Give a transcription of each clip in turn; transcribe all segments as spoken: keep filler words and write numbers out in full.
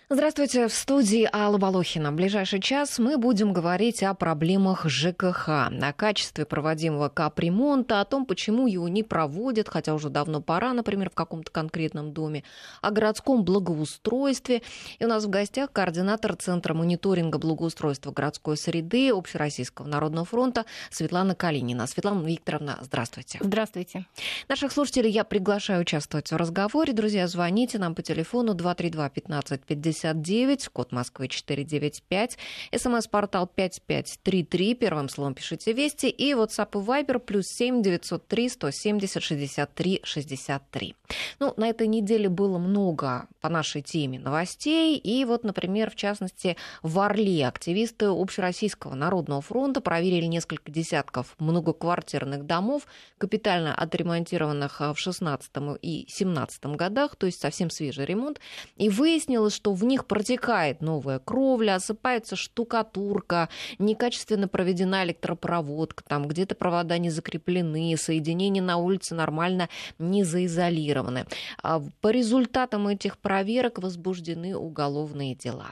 Здравствуйте, в студии Алла Волохина. В ближайший час мы будем говорить о проблемах ЖКХ, о качестве проводимого капремонта, о том, почему его не проводят, хотя уже давно пора, например, в каком-то конкретном доме, о городском благоустройстве. И у нас в гостях координатор Центра мониторинга благоустройства городской среды Общероссийского народного фронта Светлана Калинина. Светлана Викторовна, здравствуйте. Здравствуйте. Наших слушателей я приглашаю участвовать в разговоре. Друзья, звоните нам по телефону два три два пятнадцать пятьдесят девять, код Москвы четыре девять пять, смс-портал пять пять три три, первым словом пишите «Вести», и WhatsApp и Viber плюс семь девятьсот три сто семьдесят шестьдесят три шестьдесят три. Ну, на этой неделе было много по нашей теме новостей, и вот, например, в частности, в Орле активисты Общероссийского народного фронта проверили несколько десятков многоквартирных домов, капитально отремонтированных в шестнадцатом и семнадцатом годах, то есть совсем свежий ремонт, и выяснилось, что в них протекает новая кровля, осыпается штукатурка, некачественно проведена электропроводка, там где-то провода не закреплены, соединения на улице нормально не заизолированы. По результатам этих проверок возбуждены уголовные дела.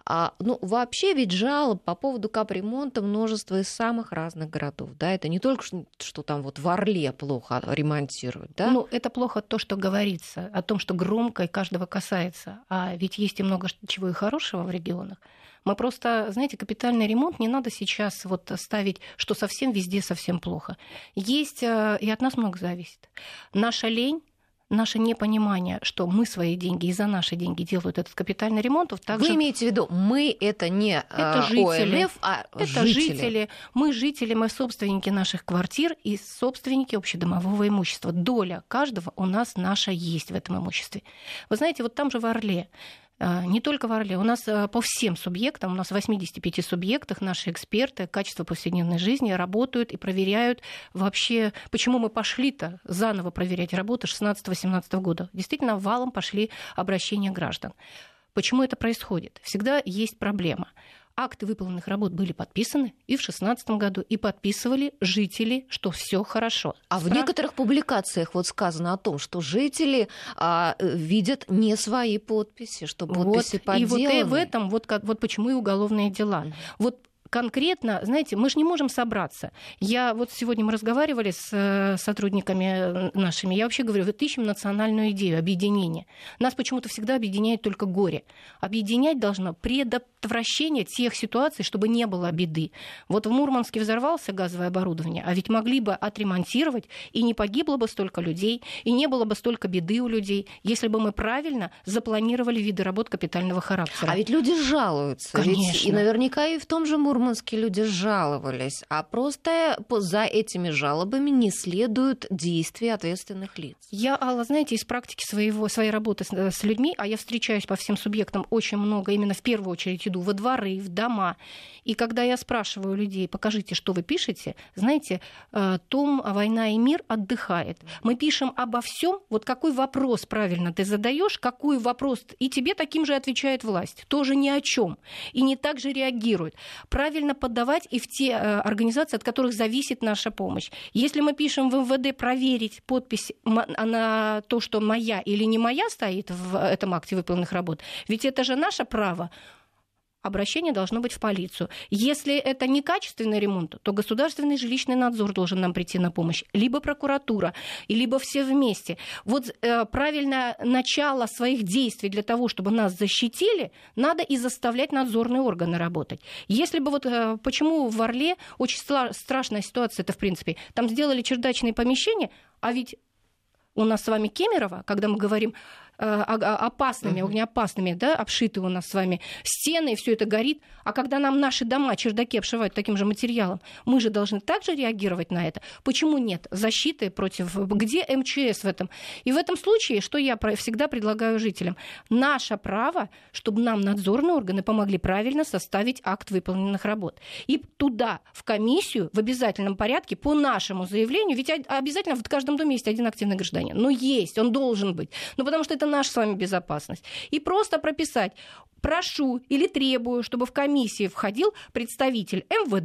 Ну, вообще ведь жалоб по поводу капремонта множество из самых разных городов. Да? Это не только, что там вот в Орле плохо ремонтируют. Да? Ну, это плохо то, что говорится, о том, что громко и каждого касается. А ведь есть и много чего и хорошего в регионах. Мы просто, знаете, капитальный ремонт не надо сейчас вот ставить, что совсем везде совсем плохо. Есть, и от нас много зависит. Наша лень, наше непонимание, что мы свои деньги и за наши деньги делают этот капитальный ремонт. Также... Вы имеете в виду, мы это не это жители, ОМФ, а это жители. жители. Мы жители, мы собственники наших квартир и собственники общедомового имущества. Доля каждого у нас наша есть в этом имуществе. Вы знаете, вот там же в Орле, не только в Орле, у нас по всем субъектам, у нас в восьмидесяти пяти субъектах наши эксперты качество повседневной жизни работают и проверяют вообще, почему мы пошли-то заново проверять работу шестнадцатого-семнадцатого года. Действительно, валом пошли обращения граждан. Почему это происходит? Всегда есть проблема. Акты выполненных работ были подписаны и в шестнадцатом году, и подписывали жители, что все хорошо. А Страх... в некоторых публикациях вот сказано о том, что жители а, видят не свои подписи, что подписи вот, подделаны. И вот и в этом, вот, как, вот почему и уголовные дела. Mm-hmm. Вот конкретно, знаете, мы же не можем собраться. Я вот сегодня мы разговаривали с сотрудниками нашими, я вообще говорю, вот ищем национальную идею, объединение. Нас почему-то всегда объединяет только горе. Объединять должно предотвращение тех ситуаций, чтобы не было беды. Вот в Мурманске взорвался газовое оборудование, а ведь могли бы отремонтировать, и не погибло бы столько людей, и не было бы столько беды у людей, если бы мы правильно запланировали виды работ капитального характера. А ведь люди жалуются. Конечно. Ведь и наверняка и в том же Мурманске Мурманские люди жаловались, а просто за этими жалобами не следуют действия ответственных лиц. Я, Алла, знаете, из практики своего, своей работы с, с людьми, а я встречаюсь по всем субъектам очень много, именно в первую очередь иду во дворы, в дома. И когда я спрашиваю людей, покажите, что вы пишете, знаете, том «Война и мир» отдыхает. Мы пишем обо всем. Вот какой вопрос правильно ты задаешь, какой вопрос, и тебе таким же отвечает власть. Тоже ни о чем. И не так же реагирует. Правильно подавать и в те э, организации, от которых зависит наша помощь. Если мы пишем в эм вэ дэ проверить подпись на то, что моя или не моя стоит в этом акте выполненных работ, ведь это же наше право. Обращение должно быть в полицию. Если это некачественный ремонт, то государственный жилищный надзор должен нам прийти на помощь. Либо прокуратура, либо все вместе. Вот э, правильное начало своих действий для того, чтобы нас защитили, надо и заставлять надзорные органы работать. Если бы вот э, почему в Орле очень стра- страшная ситуация, это в принципе, там сделали чердачные помещения, а ведь у нас с вами Кемерово, когда мы говорим опасными, uh-huh. огнеопасными, да, обшиты у нас с вами стены, и все это горит. А когда нам наши дома, чердаки обшивают таким же материалом, мы же должны также реагировать на это. Почему нет защиты против... Где эм че эс в этом? И в этом случае, что я всегда предлагаю жителям? Наше право, чтобы нам надзорные органы помогли правильно составить акт выполненных работ. И туда, в комиссию, в обязательном порядке, по нашему заявлению, ведь обязательно в каждом доме есть один активный гражданин. Но есть, он должен быть. Ну, потому что это наша с вами безопасность. И просто прописать: прошу или требую, чтобы в комиссии входил представитель эм вэ дэ,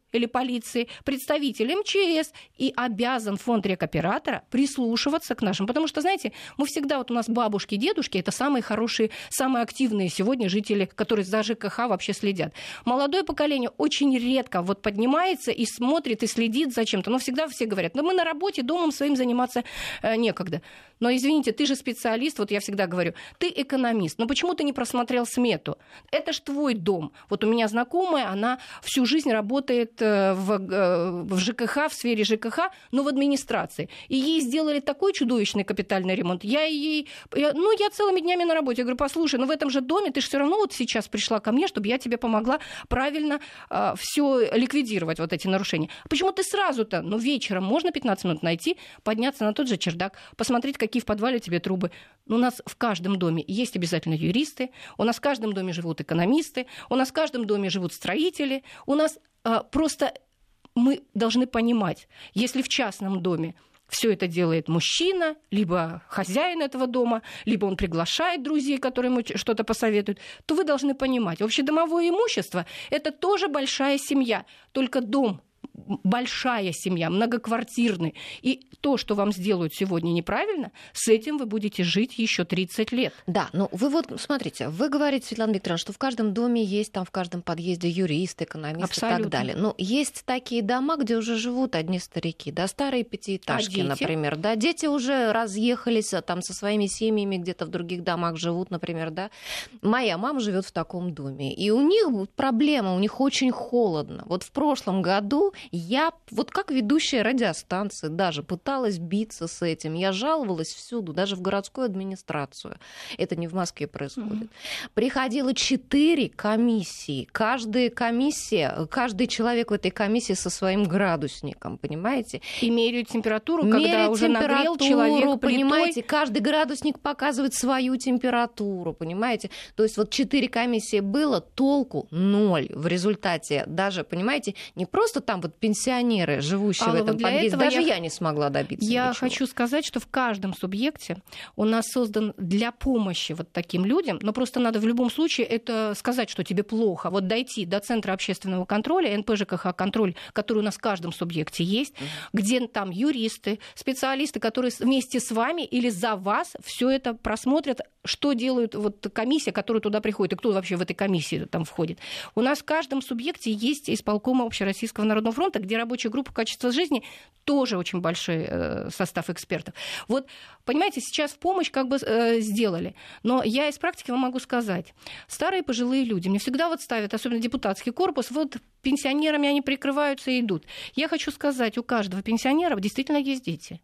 или полиции, представитель эм че эс, и обязан фонд рекоператора прислушиваться к нашим. Потому что, знаете, мы всегда, вот у нас бабушки, дедушки, это самые хорошие, самые активные сегодня жители, которые за ЖКХ вообще следят. Молодое поколение очень редко вот поднимается и смотрит, и следит за чем-то. Но всегда все говорят, ну мы на работе, домом своим заниматься э, некогда. Но, извините, ты же специалист, вот я всегда говорю, ты экономист, но почему ты не просмотрел смету? Это ж твой дом. Вот у меня знакомая, она всю жизнь работает в, в ЖКХ, в сфере ЖКХ, но в администрации. И ей сделали такой чудовищный капитальный ремонт. Я ей, я, ну, я целыми днями на работе. Я говорю, послушай, ну в этом же доме ты же все равно вот сейчас пришла ко мне, чтобы я тебе помогла правильно э, все ликвидировать, вот эти нарушения. Почему ты сразу-то, ну, вечером можно пятнадцать минут найти, подняться на тот же чердак, посмотреть, какие в подвале у тебя трубы. У нас в каждом доме есть обязательно юристы, у нас в каждом доме живут экономисты, у нас в каждом доме живут строители, у нас а, просто мы должны понимать, если в частном доме все это делает мужчина, либо хозяин этого дома, либо он приглашает друзей, которые ему что-то посоветуют, то вы должны понимать, общедомовое имущество – это тоже большая семья, только дом большая семья, многоквартирный. И то, что вам сделают сегодня неправильно, с этим вы будете жить еще тридцать лет. Да, ну вы вот смотрите, вы говорите, Светлана Викторовна, что в каждом доме есть, там в каждом подъезде юрист, экономист Абсолютно. И так далее. Но есть такие дома, где уже живут одни старики, да, старые пятиэтажки, а например, да, дети уже разъехались там со своими семьями, где-то в других домах живут, например, да. Моя мама живет в таком доме, и у них проблема, у них очень холодно. Вот в прошлом году я, вот как ведущая радиостанции, даже пыталась биться с этим. Я жаловалась всюду, даже в городскую администрацию. Это не в Москве происходит. Mm-hmm. Приходило четыре комиссии. Каждая комиссия, каждый человек в этой комиссии со своим градусником, понимаете? И меряют температуру, меряют когда уже нагрел человек, понимаете? Каждый градусник показывает свою температуру, понимаете? То есть вот четыре комиссии было, толку ноль в результате. Даже, понимаете, не просто там вот пенсионеры, живущие Алла, в этом подъезде, даже я... я не смогла добиться Я ничего. хочу сказать, что в каждом субъекте у нас создан для помощи вот таким людям, но просто надо в любом случае это сказать, что тебе плохо. Вот дойти до Центра общественного контроля, эн пэ жэ ка ха контроль, который у нас в каждом субъекте есть, mm-hmm. где там юристы, специалисты, которые вместе с вами или за вас все это просмотрят, что делают вот комиссия, которая туда приходит, и кто вообще в этой комиссии там входит. У нас в каждом субъекте есть исполкома Общероссийского народного фронта, где рабочая группа «Качество жизни» тоже очень большой э, состав экспертов. Вот, понимаете, сейчас в помощь как бы э, сделали. Но я из практики вам могу сказать, старые пожилые люди мне всегда вот ставят, особенно депутатский корпус, вот пенсионерами они прикрываются и идут. Я хочу сказать, у каждого пенсионера действительно есть дети.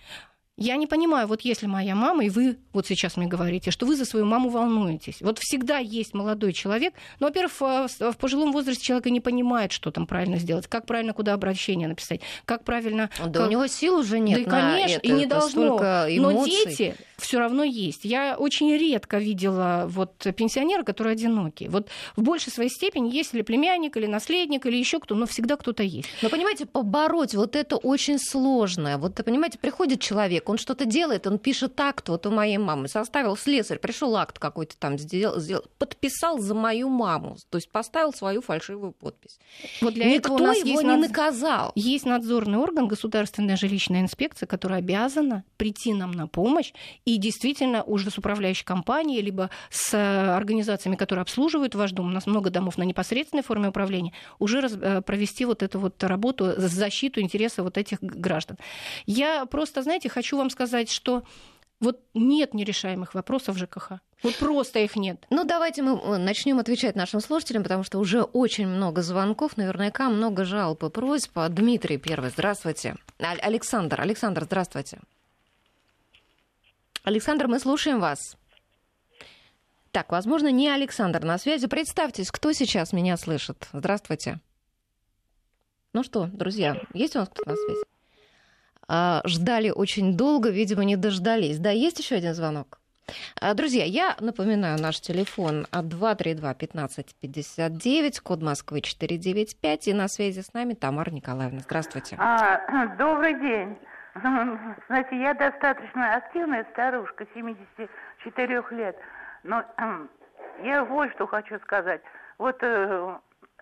Я не понимаю, вот если моя мама, и вы вот сейчас мне говорите, что вы за свою маму волнуетесь. Вот всегда есть молодой человек, но, во-первых, в пожилом возрасте человек не понимает, что там правильно сделать, как правильно куда обращение написать, как правильно... Да как... у него сил уже нет. Да, конечно, это, и не должно. Но дети все равно есть. Я очень редко видела вот пенсионера, который одинокий. Вот в большей своей степени есть или племянник, или наследник, или еще кто, но всегда кто-то есть. Но, понимаете, побороть вот это очень сложно. Вот, понимаете, приходит человек, он что-то делает, он пишет акт, вот у моей мамы, составил слесарь, пришел акт какой-то там, сделал, сделал, подписал за мою маму, то есть поставил свою фальшивую подпись. Вот для Никто этого у нас его есть не над... наказал. Есть надзорный орган, государственная жилищная инспекция, которая обязана прийти нам на помощь и действительно уже с управляющей компанией, либо с организациями, которые обслуживают ваш дом, у нас много домов на непосредственной форме управления, уже раз... провести вот эту вот работу, защиту интереса вот этих граждан. Я просто, знаете, хочу вам сказать, что вот нет нерешаемых вопросов в жэ ка ха. Вот просто их нет. Ну, давайте мы начнем отвечать нашим слушателям, потому что уже очень много звонков, наверняка много жалоб и просьб. Дмитрий первый, здравствуйте. Александр, Александр, здравствуйте. Александр, мы слушаем вас. Так, возможно, не Александр на связи. Представьтесь, кто сейчас меня слышит. Здравствуйте. Ну что, друзья, есть у нас кто-то на связи? Ждали очень долго, видимо, не дождались. Да, есть еще один звонок. Друзья, я напоминаю, наш телефон два три два пятнадцать пятьдесят девять, код Москвы четыреста девяносто пять, и на связи с нами Тамара Николаевна. Здравствуйте. А, добрый день. Знаете, я достаточно активная старушка, семидесяти четырёх лет, но я вот что хочу сказать. Вот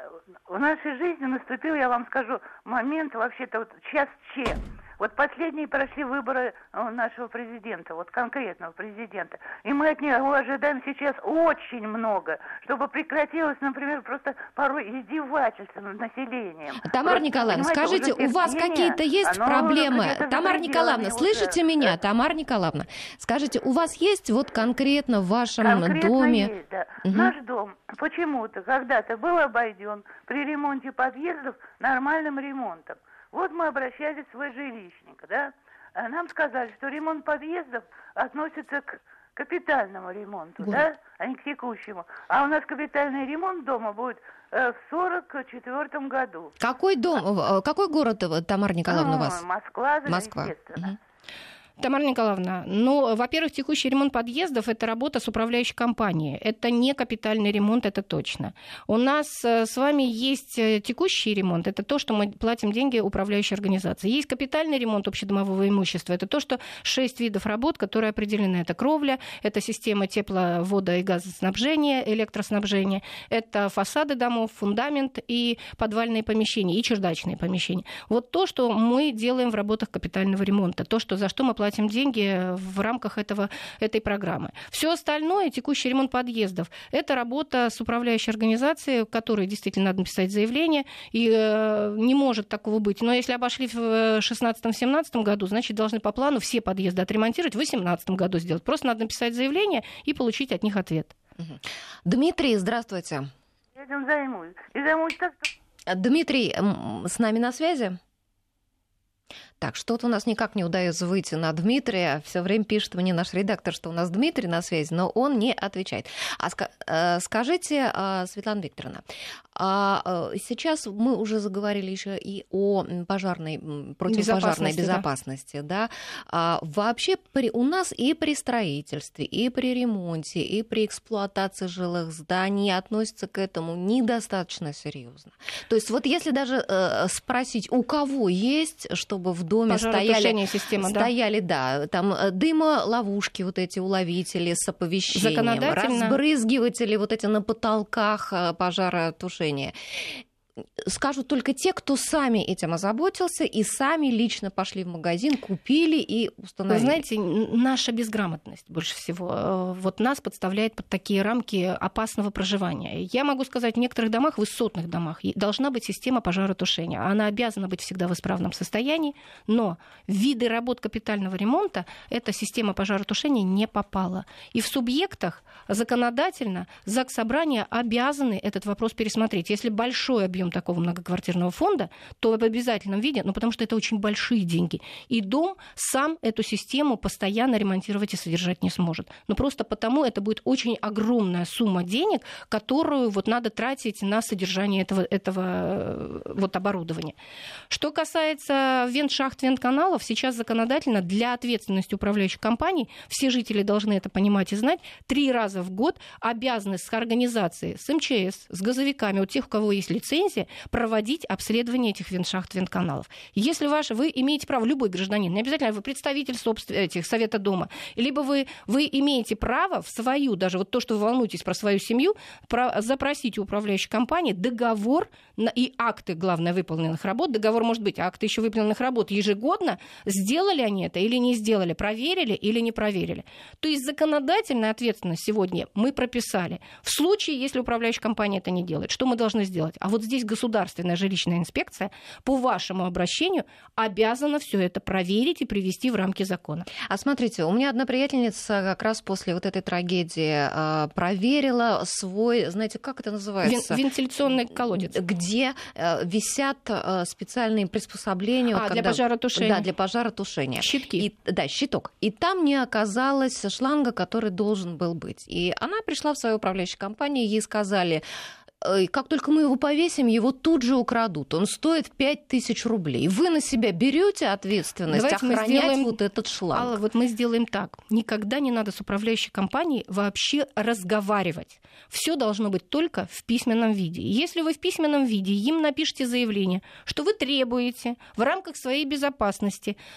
в нашей жизни наступил, я вам скажу, момент вообще-то вот час Ч. Вот последние прошли выборы нашего президента, вот конкретного президента. И мы от него ожидаем сейчас очень много, чтобы прекратилось, например, просто порой издевательство над населением. Тамара просто, Николаевна, скажите, у вас какие-то есть оно, проблемы? Тамара Николаевна, слышите уже. меня? Тамара Николаевна, скажите, у вас есть вот конкретно в вашем конкретно доме? Есть, да. Угу. Наш дом почему-то когда-то был обойден при ремонте подъездов нормальным ремонтом. Вот мы обращались в свой жилищник, да, нам сказали, что ремонт подъездов относится к капитальному ремонту, вот. да, а не к текущему. А у нас капитальный ремонт дома будет э, в сорок четвёртом году. Какой дом, какой город, Тамара Николаевна, ну, у вас? Москва, Москва. естественно. Угу. Тамара Николаевна, ну, во-первых, текущий ремонт подъездов – это работа с управляющей компанией. Это не капитальный ремонт, это точно. У нас с вами есть текущий ремонт, это то, что мы платим деньги управляющей организации. Есть капитальный ремонт общедомового имущества, это то, что шесть видов работ, которые определены. Это кровля, это система тепло-, водо- и газоснабжения, электроснабжения, это фасады домов, фундамент и подвальные помещения, и чердачные помещения. Вот то, что мы делаем в работах капитального ремонта, то, что, за что мы платим деньги в рамках этого, этой программы. Все остальное, текущий ремонт подъездов, это работа с управляющей организацией, в которой действительно надо написать заявление, и э, не может такого быть. Но если обошли в шестнадцатом-семнадцатом году, значит, должны по плану все подъезды отремонтировать, в восемнадцатом году сделать. Просто надо написать заявление и получить от них ответ. Дмитрий, здравствуйте. Я этим займусь. И займусь так, что... Дмитрий, с нами на связи? Так, что-то у нас никак не удается выйти на Дмитрия. Все время пишет мне наш редактор, что у нас Дмитрий на связи, но он не отвечает. А ска- скажите, Светлана Викторовна, а сейчас мы уже заговорили еще и о пожарной, противопожарной безопасности, безопасности, да? Да? Вообще при, у нас и при строительстве, и при ремонте, и при эксплуатации жилых зданий относятся к этому недостаточно серьезно. То есть вот если даже э, спросить, у кого есть, чтобы в доме стояли, система, стояли да. да, там дымоловушки, вот эти уловители с оповещением, разбрызгиватели вот эти на потолках пожаротушения. Скажут только те, кто сами этим озаботился и сами лично пошли в магазин, купили и установили. Вы знаете, наша безграмотность больше всего вот нас подставляет под такие рамки опасного проживания. Я могу сказать, в некоторых домах, высотных домах, должна быть система пожаротушения. Она обязана быть всегда в исправном состоянии, но в виды работ капитального ремонта эта система пожаротушения не попала. И в субъектах законодательно Заксобрание обязаны этот вопрос пересмотреть. Если большой объем такого многоквартирного фонда, то в обязательном виде, ну, потому что это очень большие деньги. И дом сам эту систему постоянно ремонтировать и содержать не сможет. Но просто потому это будет очень огромная сумма денег, которую вот надо тратить на содержание этого, этого вот оборудования. Что касается вент-шахт, вент-каналов, сейчас законодательно для ответственности управляющих компаний, все жители должны это понимать и знать, три раза в год обязаны с организацией, с эм че эс, с газовиками, у тех, у кого есть лицензия, проводить обследование этих вент-шахт, вент-каналов. Если ваш, вы имеете право, любой гражданин, не обязательно вы представитель собствен... этих, Совета дома, либо вы, вы имеете право в свою, даже вот то, что вы волнуетесь про свою семью, про... запросить у управляющей компании договор на... и акты, главное, выполненных работ. Договор может быть, акты еще выполненных работ ежегодно. Сделали они это или не сделали, проверили или не проверили. То есть законодательная ответственность сегодня мы прописали. В случае, если управляющая компания это не делает, что мы должны сделать? А вот здесь государственная жилищная инспекция по вашему обращению обязана все это проверить и привести в рамки закона. А смотрите, у меня одна приятельница как раз после вот этой трагедии э, проверила свой, знаете, как это называется? Вен- вентиляционный колодец. Где э, висят э, специальные приспособления. А, вот, для когда... пожаротушения. Да, для пожаротушения. Щитки. И, да, щиток. И там не оказалось шланга, который должен был быть. И она пришла в свою управляющую компанию, ей сказали... Как только мы его повесим, его тут же украдут. Он стоит пять тысяч рублей. Вы на себя берете ответственность Давайте охранять сделаем... вот этот шланг? Алла, вот мы сделаем так. Никогда не надо с управляющей компанией вообще разговаривать. Все должно быть только в письменном виде. Если вы в письменном виде им напишите заявление, что вы требуете в рамках своей безопасности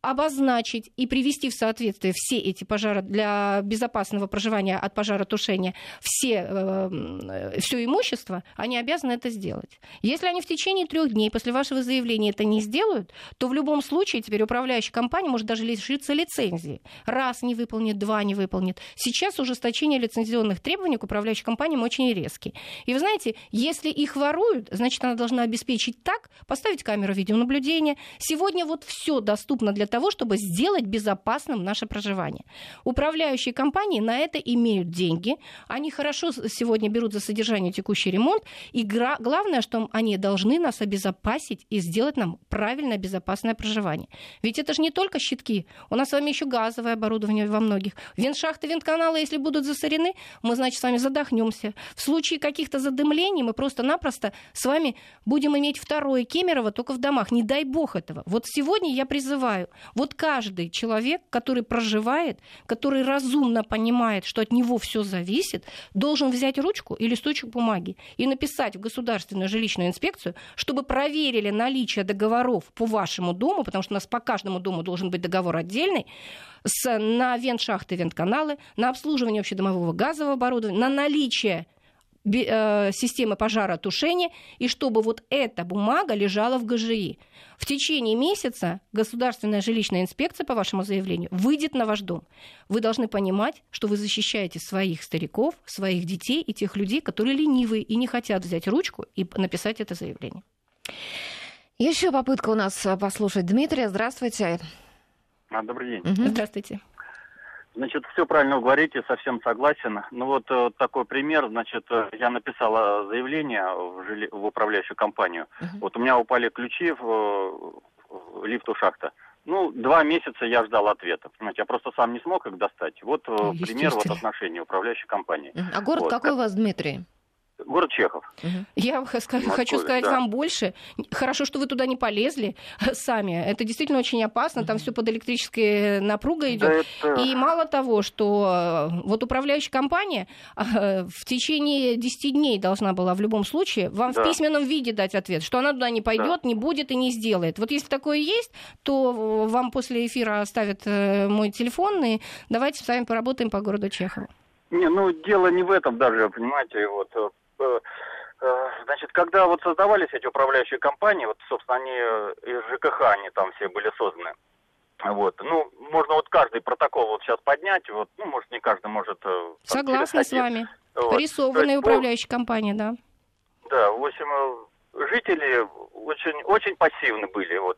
обозначить и привести в соответствие все эти пожары для безопасного проживания от пожаротушения, все, э, все имущество, они обязаны это сделать. Если они в течение трех дней после вашего заявления это не сделают, то в любом случае теперь управляющая компания может даже лишиться лицензии. Раз не выполнит, два не выполнит. Сейчас ужесточение лицензионных требований к управляющим компаниям очень резкие. И вы знаете, если их воруют, значит, она должна обеспечить так, поставить камеру видеонаблюдения. Сегодня вот все доступно для того, чтобы сделать безопасным наше проживание. Управляющие компании на это имеют деньги. Они хорошо сегодня берут за содержание текущий ремонт. И гра- главное, что они должны нас обезопасить и сделать нам правильное безопасное проживание. Ведь это же не только щитки. У нас с вами еще газовое оборудование во многих. Вентшахты, вентканалы, если будут засорены, мы, значит, с вами задохнемся. В случае каких-то задымлений мы просто-напросто с вами будем иметь второе Кемерово только в домах. Не дай бог этого. Вот сегодня я призываю, вот каждый человек, который проживает, который разумно понимает, что от него все зависит, должен взять ручку и листочек бумаги и написать в Государственную жилищную инспекцию, чтобы проверили наличие договоров по вашему дому, потому что у нас по каждому дому должен быть договор отдельный, с, на вентшахты, вентканалы, на обслуживание общедомового газового оборудования, на наличие системы пожаротушения, и чтобы вот эта бумага лежала в ГЖИ. В течение месяца Государственная жилищная инспекция, по вашему заявлению, выйдет на ваш дом. Вы должны понимать, что вы защищаете своих стариков, своих детей и тех людей, которые ленивые и не хотят взять ручку и написать это заявление. Еще попытка у нас послушать Дмитрия. Здравствуйте. А, добрый день. Угу. Здравствуйте. Значит, все правильно говорите, совсем согласен. Ну вот э, такой пример, значит, э, я написала заявление в, жили... в управляющую компанию. Uh-huh. Вот у меня упали ключи в, в лифту шахта. Ну, два месяца я ждал ответа. Понимаете, я просто сам не смог их достать. Вот э, пример вот отношения управляющей компании. Uh-huh. А город вот. Какой у вас, Дмитрий? Город Чехов. Угу. Я Москве, хочу сказать да. вам больше. Хорошо, что вы туда не полезли сами. Это действительно очень опасно. Там все под электрической напругой идет. Да это... И мало того, что вот управляющая компания в течение десяти дней должна была в любом случае вам да. в письменном виде дать ответ, что она туда не пойдет, да. не будет и не сделает. Вот если такое есть, то вам после эфира оставят мой телефон, и давайте с вами поработаем по городу Чехову. Не, ну дело не в этом даже, понимаете, вот. Значит, когда вот создавались эти управляющие компании, вот, собственно, они из ЖКХ, они там все были созданы. Вот, ну, можно вот каждый протокол вот сейчас поднять, вот, ну, может, не каждый может... Согласна с вами. Вот. Порисованная управляющая компания, да. Да, в общем, жители очень, очень пассивны были. Вот.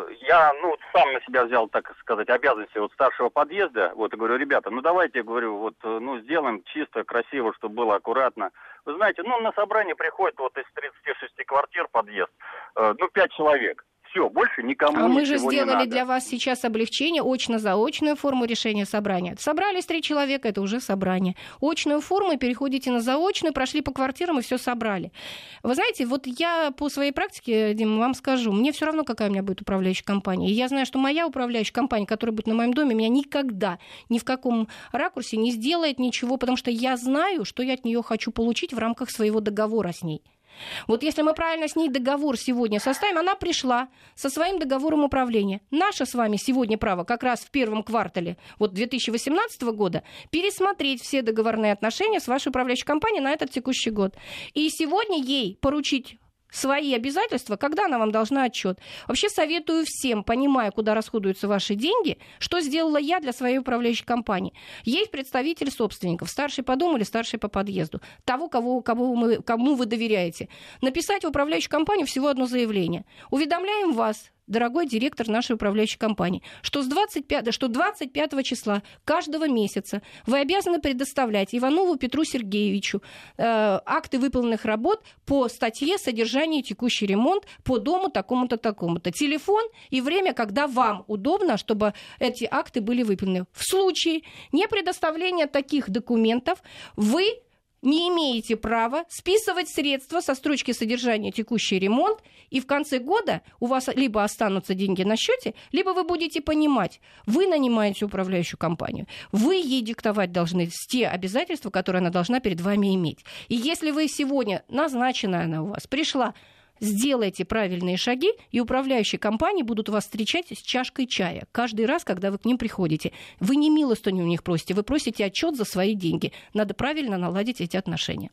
Я, ну, сам на себя взял, так сказать, обязанности вот старшего подъезда. Вот, и говорю, ребята, ну, давайте, я говорю, вот, ну, сделаем чисто, красиво, чтобы было аккуратно. Вы знаете, ну, на собрание приходит вот из тридцати шести квартир подъезд, ну, пять человек. Все, больше никому а ничего не надо. А мы же сделали для вас сейчас облегчение, очно-заочную форму решения собрания. Собрались три человека, это уже собрание. Очную форму, переходите на заочную, прошли по квартирам и все собрали. Вы знаете, вот я по своей практике, Дима, вам скажу, мне все равно, какая у меня будет управляющая компания. И я знаю, что моя управляющая компания, которая будет на моем доме, меня никогда ни в каком ракурсе не сделает ничего, потому что я знаю, что я от нее хочу получить в рамках своего договора с ней. Вот если мы правильно с ней договор сегодня составим, она пришла со своим договором управления. Наше с вами сегодня право как раз в первом квартале вот две тысячи восемнадцатого года пересмотреть все договорные отношения с вашей управляющей компанией на этот текущий год. И сегодня ей поручить свои обязательства, когда она вам должна отчет. Вообще советую всем, понимая, куда расходуются ваши деньги, что сделала я для своей управляющей компании. Есть представитель собственников, старший по дому или старший по подъезду, того, кого, кого мы, кому вы доверяете. Написать в управляющую компанию всего одно заявление. Уведомляем вас, дорогой директор нашей управляющей компании, что с двадцать пятого, что двадцать пятого числа каждого месяца вы обязаны предоставлять Иванову Петру Сергеевичу э, акты выполненных работ по статье «Содержание и текущий ремонт» по дому такому-то, такому-то. Телефон и время, когда вам удобно, чтобы эти акты были выполнены. В случае непредоставления таких документов вы не имеете права списывать средства со строчки «Содержание, текущий ремонт», и в конце года у вас либо останутся деньги на счете, либо вы будете понимать, вы нанимаете управляющую компанию, вы ей диктовать должны те обязательства, которые она должна перед вами иметь. И если вы сегодня, назначенная она у вас, пришла, сделайте правильные шаги, и управляющие компании будут вас встречать с чашкой чая каждый раз, когда вы к ним приходите. Вы не милостыню у них просите, вы просите отчет за свои деньги. Надо правильно наладить эти отношения.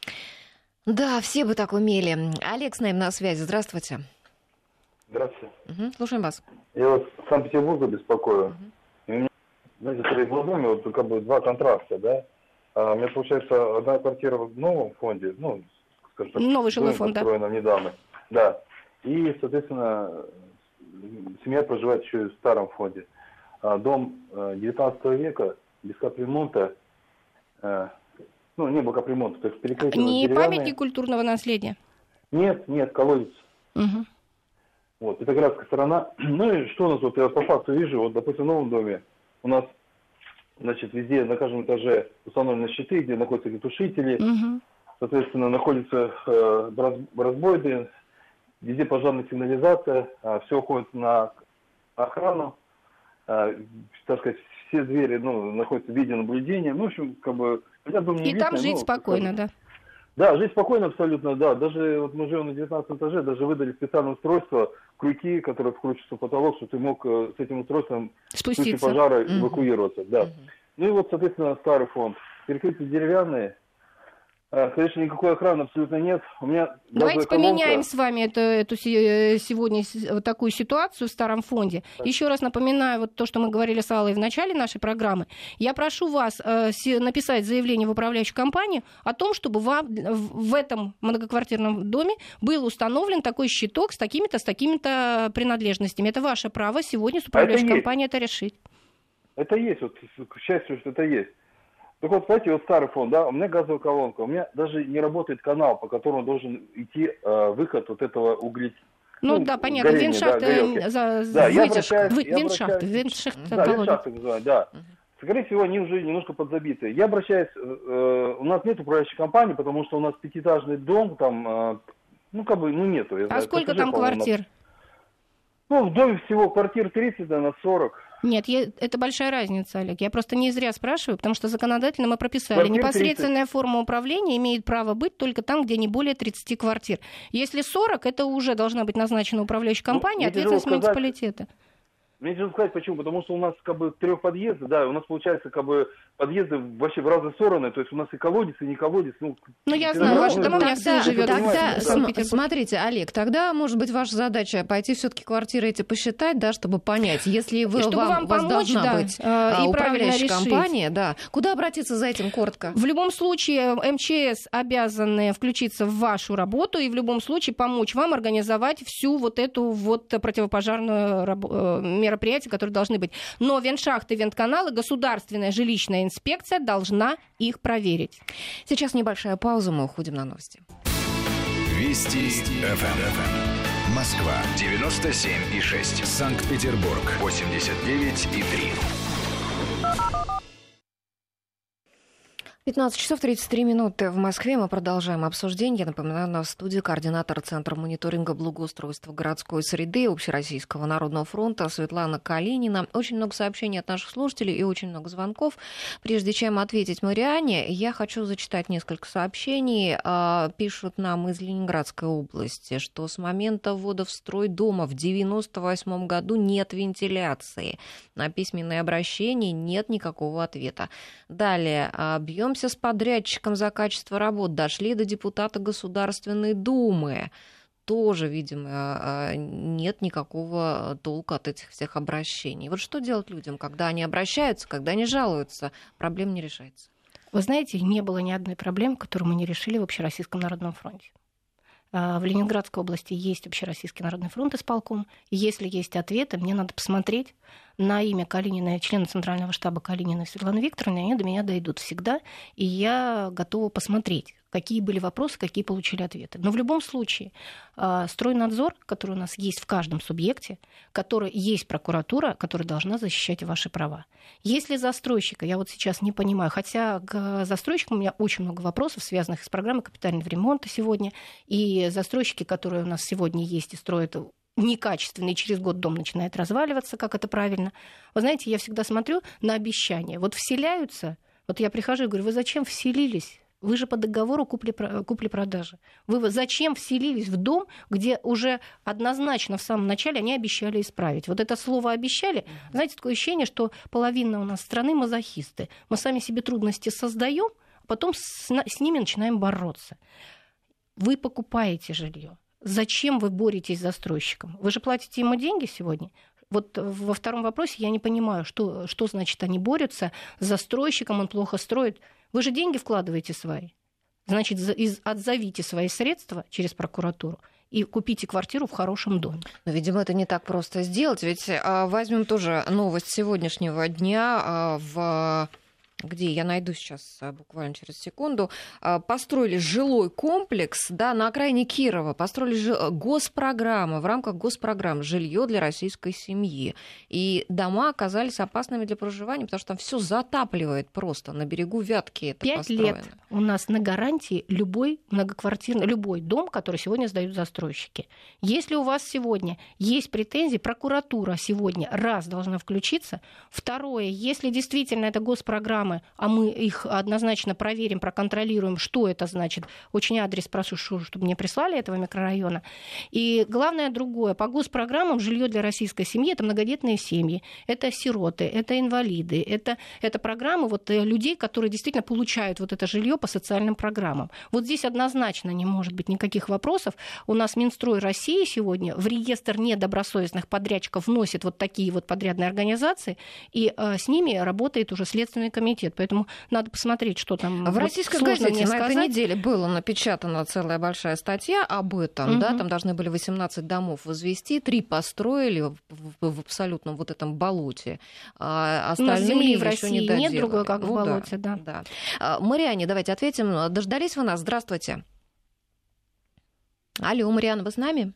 Да, все бы так умели. Олег с нами на связи. Здравствуйте. Здравствуйте. Угу, слушаем вас. Я вот с Санкт-Петербурга беспокою. Угу. И у меня, знаете, перед глазами вот как бы два контраста, да. А у меня, получается, одна квартира в новом фонде, ну, скажем так, новый жилой фонд, да. Построена недавно. Да. И, соответственно, семья проживает еще и в старом фонде. А дом девятнадцатого века, без капремонта, ну, не было капремонта, то есть перекрытие не деревянное. Памятник культурного наследия? Нет, нет, колодец. Угу. Вот, Петроградская сторона. Ну и что у нас, вот я по факту вижу, вот, допустим, в новом доме у нас, значит, везде на каждом этаже установлены щиты, где находятся тушители, угу. Соответственно, находятся э, разбойды, везде пожарная сигнализация, э, все уходит на охрану, э, так сказать, все двери, ну, находятся в видеонаблюдения, ну, в общем, как бы... Я думаю, и там лично, жить ну, спокойно, да? Да, жить спокойно абсолютно, да. Даже вот мы живем на девятнадцатом этаже, даже выдали специальное устройство, крюки, которые вкручиваются в потолок, чтобы ты мог с этим устройством в случае пожара mm-hmm. эвакуироваться. Да. Mm-hmm. Ну и вот, соответственно, старый фонд. Перекрытия деревянные. Конечно, никакой охраны абсолютно нет. У меня Давайте поменяем с вами эту, эту сегодня вот такую ситуацию в старом фонде. Так. Еще раз напоминаю вот то, что мы говорили с Аллой в начале нашей программы. Я прошу вас э, написать заявление в управляющую компанию о том, чтобы вам в этом многоквартирном доме был установлен такой щиток с такими-то, с такими-то принадлежностями. Это ваше право сегодня с управляющей а компанией это решить. Это есть, вот, к счастью, что это есть. Так вот, знаете, вот старый фонд, да, у меня газовая колонка, у меня даже не работает канал, по которому должен идти э, выход вот этого углекислого. Ну, ну да, понятно, горение, виншахты, да, за, да, вытяжка, вы, виншахты, виншахты, да, виншахты называют, да. Uh-huh. Скорее всего, они уже немножко подзабиты. Я обращаюсь, э, у нас нет управляющей компании, потому что у нас пятиэтажный дом, там, э, ну, как бы, ну, нету. Я а знаю, сколько там квартир? Ну, в доме всего квартир тридцать, да, на сорок. Нет, я, это большая разница, Олег. Я просто не зря спрашиваю, потому что законодательно мы прописали. Квартир непосредственная тридцать. Форма управления имеет право быть только там, где не более тридцать квартир. Если сорок, это уже должна быть назначена управляющая компания, ну, ответственность муниципалитета. Мне тяжело сказать, почему. Потому что у нас как бы трех подъездов, да, у нас получается как бы подъезды вообще в разные стороны, то есть у нас и колодец, и не колодец. Ну, ну я знаю, ваш дом у меня сын живет. Тогда, см- смотрите, Олег, тогда, может быть, ваша задача пойти все-таки квартиры эти посчитать, да, чтобы понять, если вы, чтобы вам, вам у вас помочь, должна да, быть а, управляющая компания, да, куда обратиться за этим коротко? В любом случае, МЧС обязаны включиться в вашу работу и в любом случае помочь вам организовать всю вот эту вот противопожарную раб- мероприятие, которое должны быть. Но вентшахты, вентканалы, государственная жилищная инспекция должна их проверить. Сейчас небольшая пауза, мы уходим на новости. Вести эф эм. Москва девяносто семь и шесть. Санкт-Петербург восемьдесят девять и три. пятнадцать часов тридцать три минуты в Москве. Мы продолжаем обсуждение. Я напоминаю, на студии координатор Центра мониторинга благоустройства городской среды Общероссийского народного фронта Светлана Калинина. Очень много сообщений от наших слушателей и очень много звонков. Прежде чем ответить Марианне, я хочу зачитать несколько сообщений. Пишут нам из Ленинградской области, что с момента ввода в строй дома в девяносто восьмом году нет вентиляции. На письменное обращение нет никакого ответа. Далее. Объем с подрядчиком за качество работ, дошли до депутата Государственной Думы. Тоже, видимо, нет никакого толка от этих всех обращений. Вот что делать людям, когда они обращаются, когда они жалуются, проблема не решается? Вы знаете, не было ни одной проблемы, которую мы не решили в Общероссийском народном фронте. В Ленинградской области есть Общероссийский народный фронт исполком. И если есть ответы, мне надо посмотреть на имя Калинина, члена Центрального штаба Калинина Светланы Викторовны, они до меня дойдут всегда, и я готова посмотреть, какие были вопросы, какие получили ответы. Но в любом случае, стройнадзор, который у нас есть в каждом субъекте, который есть прокуратура, которая должна защищать ваши права. Если застройщика, я вот сейчас не понимаю, хотя к застройщикам у меня очень много вопросов, связанных с программой капитального ремонта сегодня, и застройщики, которые у нас сегодня есть и строят некачественный, через год дом начинает разваливаться, как это правильно. Вы знаете, я всегда смотрю на обещания. Вот вселяются, вот я прихожу и говорю, вы зачем вселились Вы же по договору купли-продажи. Вы зачем вселились в дом, где уже однозначно в самом начале они обещали исправить? Вот это слово «обещали», знаете, такое ощущение, что половина у нас страны мазохисты. Мы сами себе трудности создаем, а потом с, с ними начинаем бороться. Вы покупаете жилье. Зачем вы боретесь с застройщиком? Вы же платите ему деньги сегодня? Вот во втором вопросе я не понимаю, что, что значит они борются с застройщиком, он плохо строит. Вы же деньги вкладываете свои. Значит, отзовите свои средства через прокуратуру и купите квартиру в хорошем доме. Но, видимо, это не так просто сделать. Ведь а, возьмем тоже новость сегодняшнего дня а, в... где я найду сейчас буквально через секунду, построили жилой комплекс, да, на окраине Кирова, построили жи- госпрограммы, в рамках госпрограммы «Жилье для российской семьи». И дома оказались опасными для проживания, потому что там все затапливает просто, на берегу Вятки это Пять построено. лет у нас на гарантии любой многоквартирный, любой дом, который сегодня сдают застройщики. Если у вас сегодня есть претензии, прокуратура сегодня, раз, должна включиться. Второе, если действительно это госпрограмма, а мы их однозначно проверим, проконтролируем, что это значит. Очень адрес прошу, чтобы мне прислали этого микрорайона. И главное другое. По госпрограммам жилье для российской семьи — это многодетные семьи, это сироты, это инвалиды, это, это программы вот, людей, которые действительно получают вот это жилье по социальным программам. Вот здесь однозначно не может быть никаких вопросов. У нас Минстрой России сегодня в реестр недобросовестных подрядчиков вносит вот такие вот подрядные организации, и э, с ними работает уже Следственный комитет. Поэтому надо посмотреть, что там. В вот российской газете на сказать. Этой неделе была напечатана целая большая статья об этом. Угу. Да, там должны были восемнадцать домов возвести, три построили в, в, в абсолютном вот этом болоте. А остальные земли в еще России не доделали. Нет другой, как ну, в болоте. Да, да. Да. Марианне давайте ответим. Дождались вы нас? Здравствуйте. Алло, Марианна, вы с нами?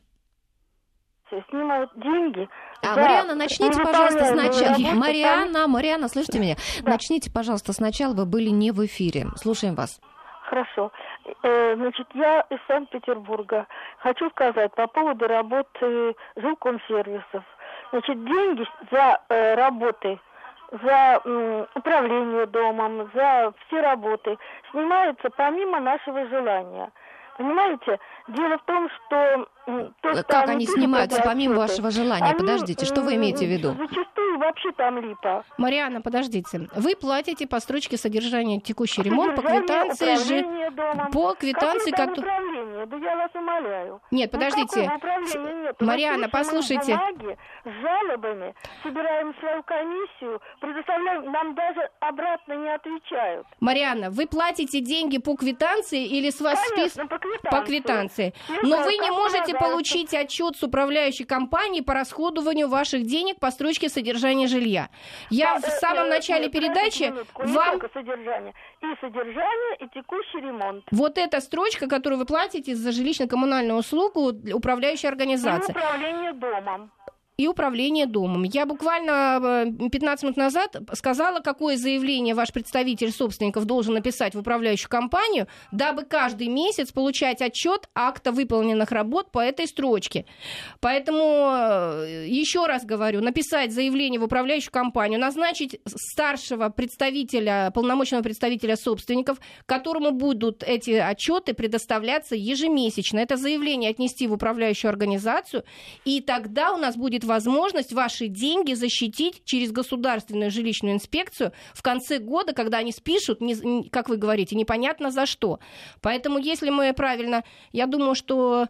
Снимают деньги. А, за... Марианна, начните, пожалуйста, сначала. Работу, Марианна, Марианна, слышите меня? Да. Начните, пожалуйста, сначала. Вы были не в эфире. Слушаем вас. Хорошо. Э, значит, я из Санкт-Петербурга. Хочу сказать по поводу работы жилкомсервисов. Значит, деньги за э, работы, за э, управление домом, за все работы снимаются помимо нашего желания. Понимаете? Дело в том, что... То, что как они, они пишут, снимаются помимо отчеты, вашего желания? они, Подождите, что вы имеете в виду? Зачастую вообще там липа. Марианна, подождите. Вы платите по строчке содержания текущий ремонт по квитанции же... По квитанции... Какое как... управление? Да я вас умоляю. Нет, подождите. Ну, Марианна, послушайте. Бумаги с жалобами, собираем свою комиссию, предоставляем, нам даже обратно не отвечают. Марианна, вы платите деньги по квитанции или с вас Конечно, спис... по квитанции. По квитанции. Но вы не можете получить отчет с управляющей компанией по расходованию ваших денег по строчке содержания жилья. Я а, в самом э, начале э, передачи минутку, вам... Не только содержание. И содержание, и текущий ремонт. Вот эта строчка, которую вы платите за жилищно-коммунальную услугу управляющей организации. И управление домом. И управление домом. Я буквально пятнадцать минут назад сказала, какое заявление ваш представитель собственников должен написать в управляющую компанию, дабы каждый месяц получать отчет акта выполненных работ по этой строчке. Поэтому еще раз говорю, написать заявление в управляющую компанию, назначить старшего представителя, полномочного представителя собственников, которому будут эти отчеты предоставляться ежемесячно. Это заявление отнести в управляющую организацию, и тогда у нас будет возможность ваши деньги защитить через государственную жилищную инспекцию в конце года, когда они спишут, не, как вы говорите, непонятно за что. Поэтому, если мы правильно... Я думаю, что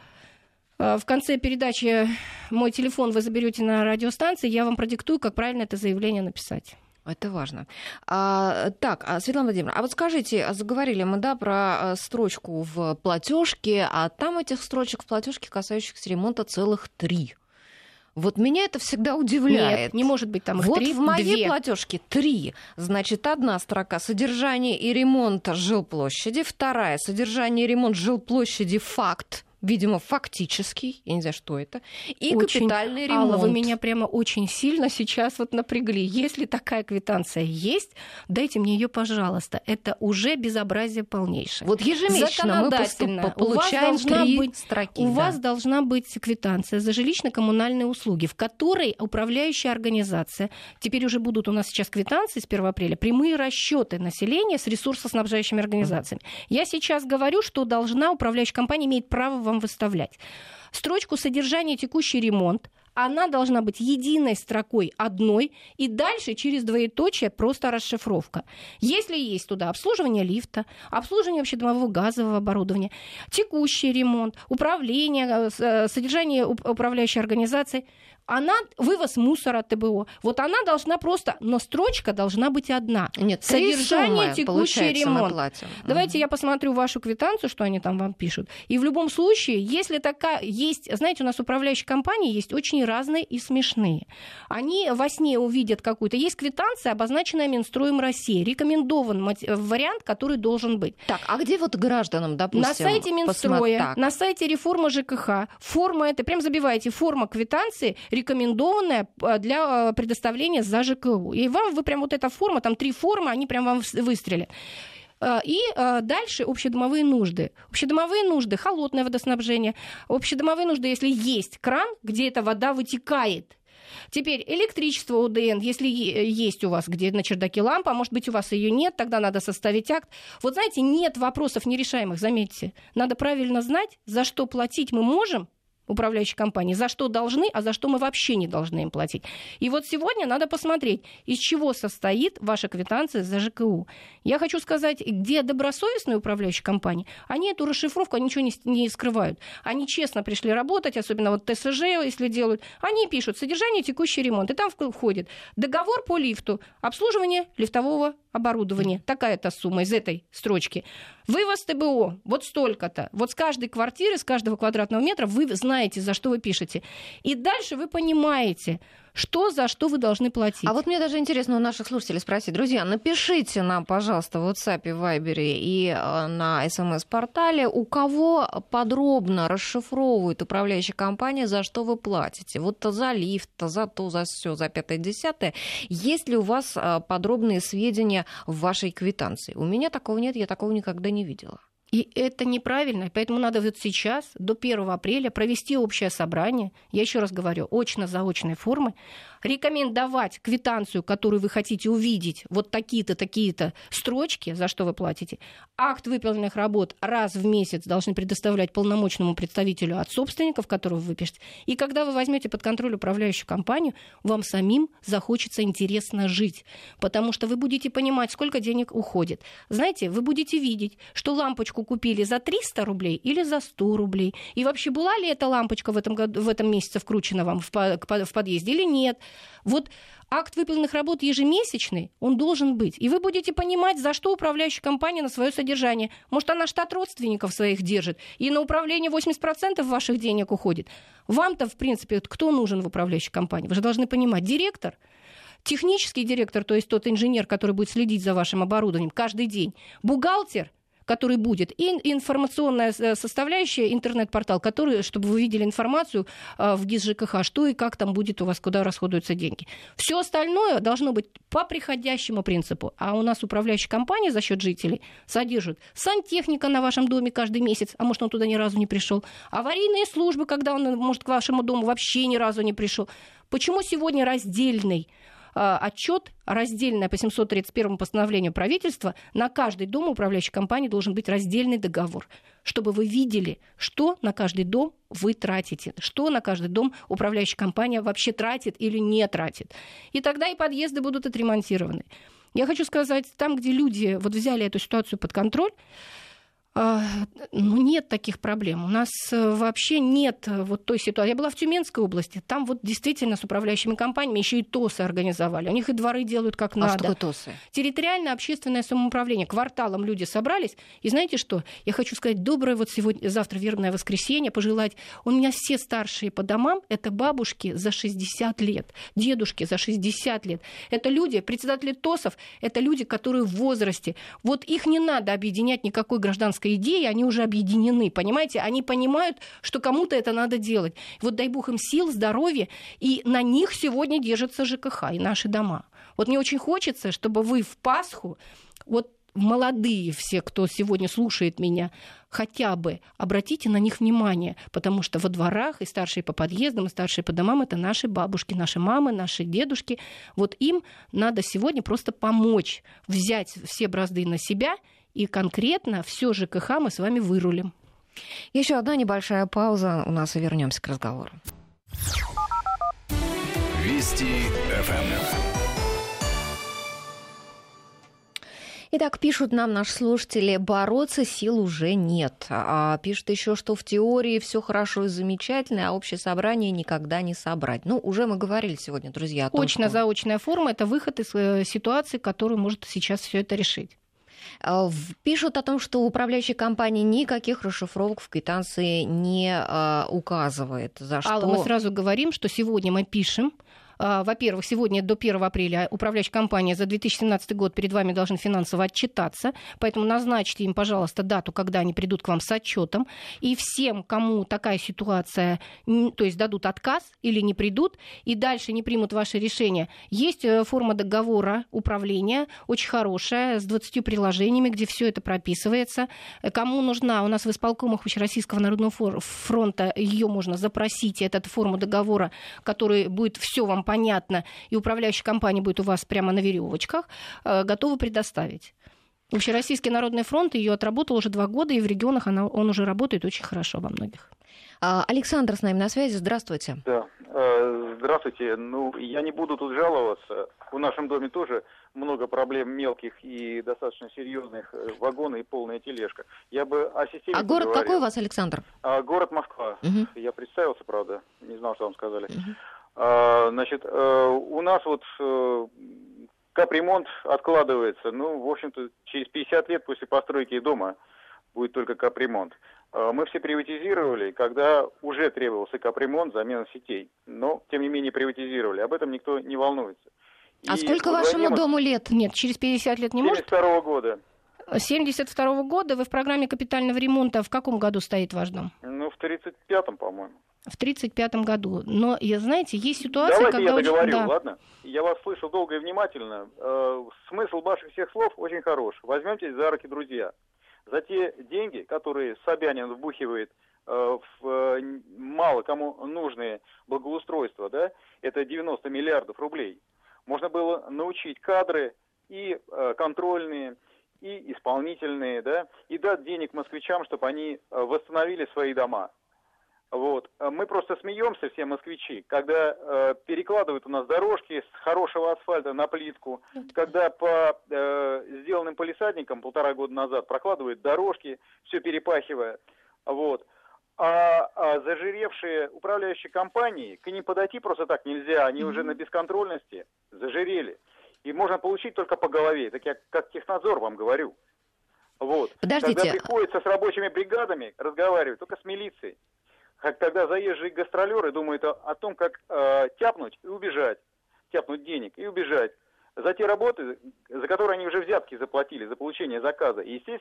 в конце передачи мой телефон вы заберете на радиостанции, я вам продиктую, как правильно это заявление написать. Это важно. А, так, Светлана Владимировна, а вот скажите, заговорили мы, да, про строчку в платежке, а там этих строчек в платежке, касающихся ремонта, целых три. Вот меня это всегда удивляет. Нет, не может быть там их вот три. Вот в моей две. платежке три. Значит, одна строка — содержание и ремонт жилплощади, вторая — содержание и ремонт жилплощади, факт, видимо, фактический, я не знаю, что это, и очень, капитальный ремонт. Алла, вы меня прямо очень сильно сейчас вот напрягли. Если такая квитанция есть, дайте мне ее, пожалуйста. Это уже безобразие полнейшее. Вот ежемесячно мы поступ... получаем три быть, строки. У да. вас должна быть квитанция за жилищно-коммунальные услуги, в которой управляющая организация, теперь уже будут у нас сейчас квитанции с первого апреля, прямые расчеты населения с ресурсоснабжающими организациями. Mm-hmm. Я сейчас говорю, что должна управляющая компания имеет право вам выставлять. Строчку «Содержание, текущий ремонт», она должна быть единой строкой одной, и дальше через двоеточие просто расшифровка. Если есть туда обслуживание лифта, обслуживание общедомового газового оборудования, текущий ремонт, управление, содержание управляющей организации, она, вывоз мусора ТБО, вот она должна просто, но строчка должна быть одна. Нет, содержание, текущий ремонт. Давайте угу. я посмотрю вашу квитанцию, что они там вам пишут. И в любом случае, если такая есть, знаете, у нас управляющие компании есть очень разные и смешные. Они во сне увидят какую-то. Есть квитанция, обозначенная Минстроем России. Рекомендован вариант, который должен быть. Так, а где вот гражданам, допустим? На сайте Минстроя, на сайте реформы ЖКХ. Форма это, прям забиваете, форма квитанции, рекомендованная для предоставления за ЖКУ. И вам, вы прям вот эта форма, там три формы, они прям вам выстрелят. И дальше общедомовые нужды. Общедомовые нужды, холодное водоснабжение. Общедомовые нужды, если есть кран, где эта вода вытекает. Теперь электричество ОДН, если есть у вас где на чердаке лампа, может быть, у вас ее нет, тогда надо составить акт. Вот знаете, нет вопросов нерешаемых, заметьте. Надо правильно знать, за что платить мы можем, управляющей компании, за что должны, а за что мы вообще не должны им платить. И вот сегодня надо посмотреть, из чего состоит ваша квитанция за ЖКУ. Я хочу сказать, где добросовестные управляющие компании, они эту расшифровку, они ничего не, не скрывают. Они честно пришли работать, особенно вот ТСЖ, если делают, они пишут содержание, текущий ремонт. И там входит договор по лифту, обслуживание лифтового оборудования. Такая-то сумма из этой строчки. Вывоз ТБО, вот столько-то. Вот с каждой квартиры, с каждого квадратного метра вы знаете, за что вы пишете. И дальше вы понимаете, что за что вы должны платить. А вот мне даже интересно у наших слушателей спросить. Друзья, напишите нам, пожалуйста, в WhatsApp, Viber и на эс эм эс-портале, у кого подробно расшифровывает управляющая компания, за что вы платите. Вот за лифт, за то, за все, за пятое-десятое. Есть ли у вас подробные сведения в вашей квитанции? У меня такого нет, я такого никогда не видела. И это неправильно, поэтому надо вот сейчас, до первого апреля, провести общее собрание, я еще раз говорю, очно-заочной формы, рекомендовать квитанцию, которую вы хотите увидеть, вот такие-то, такие-то строчки, за что вы платите. Акт выполненных работ раз в месяц должны предоставлять полномочному представителю от собственников, которого вы пишете. И когда вы возьмете под контроль управляющую компанию, вам самим захочется интересно жить, потому что вы будете понимать, сколько денег уходит. Знаете, вы будете видеть, что лампочку купили за триста рублей или за сто рублей. И вообще была ли эта лампочка в этом, году, в этом месяце вкручена вам в, в подъезде или нет. Вот акт выполненных работ ежемесячный, он должен быть. И вы будете понимать, за что управляющая компания на свое содержание. Может, она штат родственников своих держит, и на управление восемьдесят процентов ваших денег уходит. Вам-то, в принципе, кто нужен в управляющей компании? Вы же должны понимать, директор, технический директор, то есть тот инженер, который будет следить за вашим оборудованием каждый день, бухгалтер, который будет, и информационная составляющая, интернет-портал, который, чтобы вы видели информацию в ГИС ЖКХ, что и как там будет у вас, куда расходуются деньги. Все остальное должно быть по приходящему принципу. А у нас управляющая компания за счет жителей содержит сантехника на вашем доме каждый месяц, а может, он туда ни разу не пришел, аварийные службы, когда он, может, к вашему дому вообще ни разу не пришел. Почему сегодня раздельный отчет, раздельное по семьсот тридцать первому постановлению правительства, на каждый дом управляющей компании должен быть раздельный договор, чтобы вы видели, что на каждый дом вы тратите, что на каждый дом управляющая компания вообще тратит или не тратит. И тогда и подъезды будут отремонтированы. Я хочу сказать, там, где люди вот взяли эту ситуацию под контроль, ну, нет таких проблем. У нас вообще нет вот той ситуации. Я была в Тюменской области, там вот действительно с управляющими компаниями еще и ТОСы организовали. У них и дворы делают как а надо. Что такое ТОСы? Территориальное общественное самоуправление. Кварталом люди собрались. И знаете что? Я хочу сказать доброе вот сегодня, завтра вербное воскресенье, пожелать. У меня все старшие по домам — это бабушки за шестьдесят лет, дедушки за шестьдесят лет. Это люди, председатели ТОСов, это люди, которые в возрасте. Вот их не надо объединять никакой гражданской немножко идеи, они уже объединены, понимаете? Они понимают, что кому-то это надо делать. Вот дай бог им сил, здоровья, и на них сегодня держится ЖКХ и наши дома. Вот мне очень хочется, чтобы вы в Пасху, вот молодые все, кто сегодня слушает меня, хотя бы обратите на них внимание, потому что во дворах и старшие по подъездам, и старшие по домам — это наши бабушки, наши мамы, наши дедушки. Вот им надо сегодня просто помочь взять все бразды на себя, и конкретно все ЖКХ мы с вами вырулим. Еще одна небольшая пауза у нас, и вернемся к разговору. Вести эф эм. Итак, пишут нам наши слушатели, бороться сил уже нет. А пишут еще, что в теории все хорошо и замечательно, а общее собрание никогда не собрать. Ну, уже мы говорили сегодня, друзья, о том, очно-заочная что... форма — это выход из ситуации, которую может сейчас все это решить. Пишут о том, что управляющая компания никаких расшифровок в квитанции не а, указывает. За что... Алла, мы сразу говорим, что сегодня мы пишем. Во-первых, сегодня до первого апреля управляющая компания за две тысячи семнадцатый год перед вами должна финансово отчитаться, поэтому назначьте им, пожалуйста, дату, когда они придут к вам с отчетом. И всем, кому такая ситуация, то есть дадут отказ или не придут, и дальше не примут ваше решение, есть форма договора управления, очень хорошая, с двадцатью приложениями, где все это прописывается. Кому нужна, у нас в исполкомах Общероссийского народного фронта ее можно запросить, эту форму договора, который будет все вам понятно, и управляющая компания будет у вас прямо на веревочках, готовы предоставить. Общероссийский народный фронт ее отработал уже два года, и в регионах она, он уже работает очень хорошо во многих. Александр с нами на связи. Здравствуйте. Да, здравствуйте. Ну, я не буду тут жаловаться. В нашем доме тоже много проблем мелких и достаточно серьезных. Вагоны и полная тележка. Я бы о системе А город поговорил. какой у вас, Александр? А, город Москва. Угу. Я представился, правда. Не знал, что вам сказали. Угу. Значит, у нас вот капремонт откладывается, ну, в общем-то, через пятьдесят лет после постройки дома будет только капремонт. Мы все приватизировали, когда уже требовался капремонт, замена сетей, но, тем не менее, приватизировали. Об этом никто не волнуется. А и сколько вашему дому лет? Нет, через пятьдесят лет не может? семьдесят второго года. семьдесят второго года. Вы в программе капитального ремонта в каком году стоит ваш дом? Ну, в тридцать пятом, по-моему. В тридцать пятом году. Но, знаете, есть ситуация, Давайте когда... я договорю, очень... да. ладно? Я вас слышал долго и внимательно. Э, смысл ваших всех слов очень хорош. Возьмемте за руки, друзья. За те деньги, которые Собянин вбухивает э, в э, мало кому нужные благоустройства, да, это девяносто миллиардов рублей, можно было научить кадры и э, контрольные, и исполнительные, да, и дать денег москвичам, чтобы они восстановили свои дома. Вот. Мы просто смеемся, все москвичи, когда э, перекладывают у нас дорожки с хорошего асфальта на плитку, когда по э, сделанным палисадникам полтора года назад прокладывают дорожки, все перепахивая. Вот. А, а зажиревшие управляющие компании, к ним подойти просто так нельзя, они mm-hmm. уже на бесконтрольности зажирели. И можно получить только по голове, так я как технадзор вам говорю. Вот. Подождите. Когда приходится с рабочими бригадами разговаривать, только с милицией. Когда заезжие гастролеры думают о, о том, как э, тяпнуть и убежать, тяпнуть денег и убежать за те работы, за которые они уже взятки заплатили, за получение заказа. И, естественно...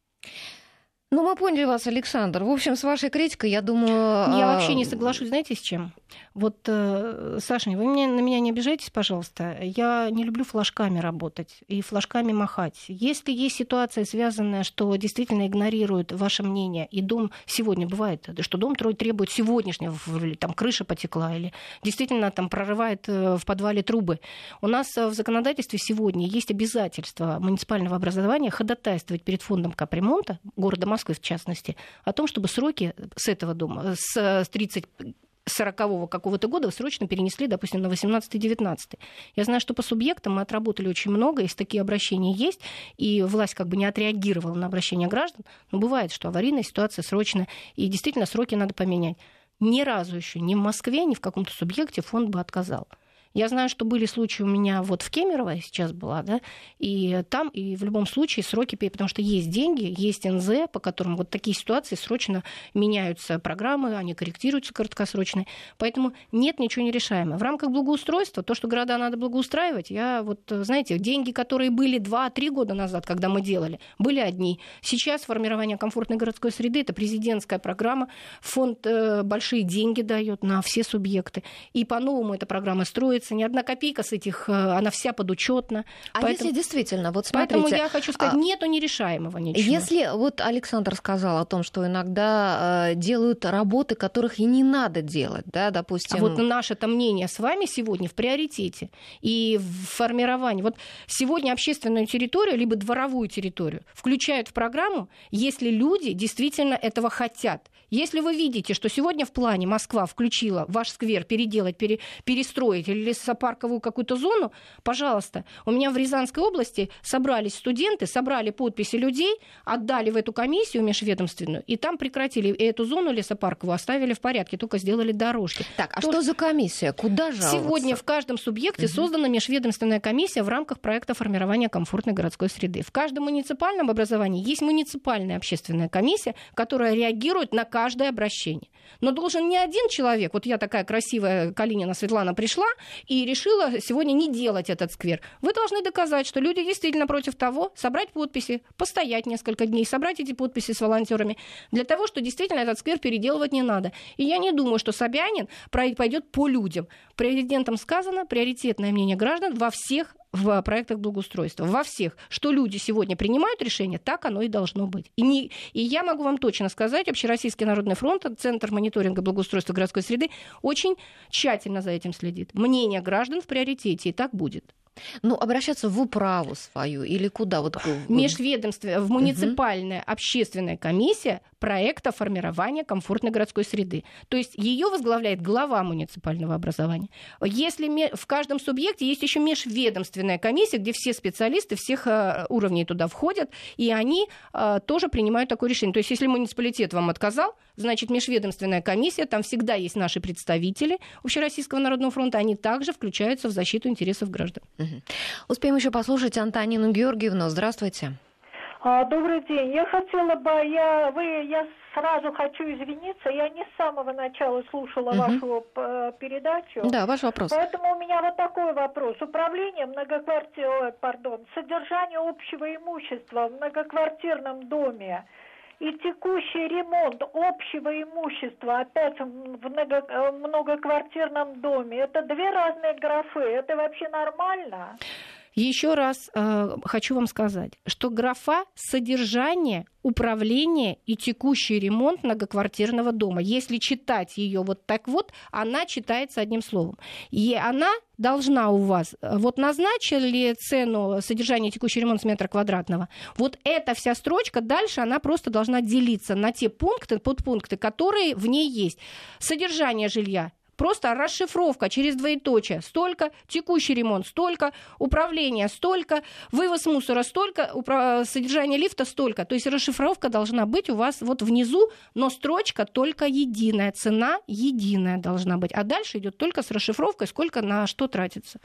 Ну, мы поняли вас, Александр. В общем, с вашей критикой, я думаю... Я вообще не соглашусь, знаете, с чем? Вот, э, Сашенька, вы меня, на меня не обижайтесь, пожалуйста. Я не люблю флажками работать и флажками махать. Если есть ситуация, связанная, что действительно игнорируют ваше мнение, и дом сегодня бывает, что дом требует сегодняшнего, или там крыша потекла, или действительно там прорывает в подвале трубы. У нас в законодательстве сегодня есть обязательство муниципального образования ходатайствовать перед фондом капремонта города Москвы, в частности, о том, чтобы сроки с этого дома, с тридцать сорокового какого-то года срочно перенесли, допустим, на восемнадцатый-девятнадцатый. Я знаю, что по субъектам мы отработали очень много, если такие обращения есть, и власть как бы не отреагировала на обращения граждан, но бывает, что аварийная ситуация срочная, и действительно сроки надо поменять. Ни разу еще ни в Москве, ни в каком-то субъекте фонд бы отказал. Я знаю, что были случаи у меня вот в Кемерово, я сейчас была, да, и там, и в любом случае сроки, потому что есть деньги, есть эн зэ, по которым вот такие ситуации срочно меняются программы, они корректируются краткосрочные, поэтому нет ничего нерешаемого. В рамках благоустройства, то, что города надо благоустраивать, я вот, знаете, деньги, которые были два-три года назад, когда мы делали, были одни. Сейчас формирование комфортной городской среды — это президентская программа, фонд э, большие деньги дает на все субъекты, и по-новому эта программа строится. Ни одна копейка с этих, она вся подучетна. А поэтому, если действительно, вот смотрите... Поэтому я хочу сказать, а... нету нерешаемого ничего. Если вот Александр сказал о том, что иногда э, делают работы, которых и не надо делать, да, допустим... А вот наше-то мнение с вами сегодня в приоритете. И в формировании... Вот сегодня общественную территорию, либо дворовую территорию включают в программу, если люди действительно этого хотят. Если вы видите, что сегодня в плане Москва включила ваш сквер переделать, пере, перестроить или лесопарковую какую-то зону, пожалуйста. У меня в Рязанской области собрались студенты, собрали подписи людей, отдали в эту комиссию межведомственную, и там прекратили эту зону лесопарковую, оставили в порядке, только сделали дорожки. Так, а То, что за комиссия? Куда жаловаться? Сегодня в каждом субъекте угу. создана межведомственная комиссия в рамках проекта формирования комфортной городской среды. В каждом муниципальном образовании есть муниципальная общественная комиссия, которая реагирует на каждое обращение. Но должен не один человек, вот я такая красивая Калинина Светлана пришла и решила сегодня не делать этот сквер. Вы должны доказать, что люди действительно против того, собрать подписи, постоять несколько дней, собрать эти подписи с волонтерами, для того, что действительно этот сквер переделывать не надо. И я не думаю, что Собянин пойдет по людям. Президентом сказано, приоритетное мнение граждан во всех в проектах благоустройства, во всех, что люди сегодня принимают решения, так оно и должно быть. И, не, и я могу вам точно сказать, Общероссийский народный фронт, Центр мониторинга благоустройства городской среды очень тщательно за этим следит. Мнение граждан в приоритете, и так будет. Ну, обращаться в управу свою или куда? Вот... Межведомственная, в муниципальная угу. общественная комиссия проекта формирования комфортной городской среды. То есть ее возглавляет глава муниципального образования. Если в каждом субъекте есть еще межведомственная комиссия, где все специалисты всех уровней туда входят, и они тоже принимают такое решение. То есть если муниципалитет вам отказал, значит, межведомственная комиссия, там всегда есть наши представители Общероссийского народного фронта, они также включаются в защиту интересов граждан. Успеем еще послушать Антонину Георгиевну. Здравствуйте. Добрый день. Я хотела бы, я, вы, я сразу хочу извиниться, я не с самого начала слушала угу. вашу э, передачу. Да, ваш вопрос. Поэтому у меня вот такой вопрос. Управление многоквартир, пардон, содержание общего имущества в многоквартирном доме и текущий ремонт общего имущества опять в много, многоквартирном доме, это две разные графы. Это вообще нормально? Еще раз э, хочу вам сказать, что графа содержание, управление и текущий ремонт многоквартирного дома, если читать ее вот так вот, она читается одним словом. И она должна у вас, вот назначили цену содержания текущий ремонт с метра квадратного, вот эта вся строчка, дальше она просто должна делиться на те пункты, подпункты, которые в ней есть. Содержание жилья. Просто расшифровка через двоеточие. Столько, текущий ремонт столько, управление столько, вывоз мусора столько, управ... содержание лифта столько. То есть расшифровка должна быть у вас вот внизу, но строчка только единая, цена единая должна быть. А дальше идет только с расшифровкой, сколько на что тратится.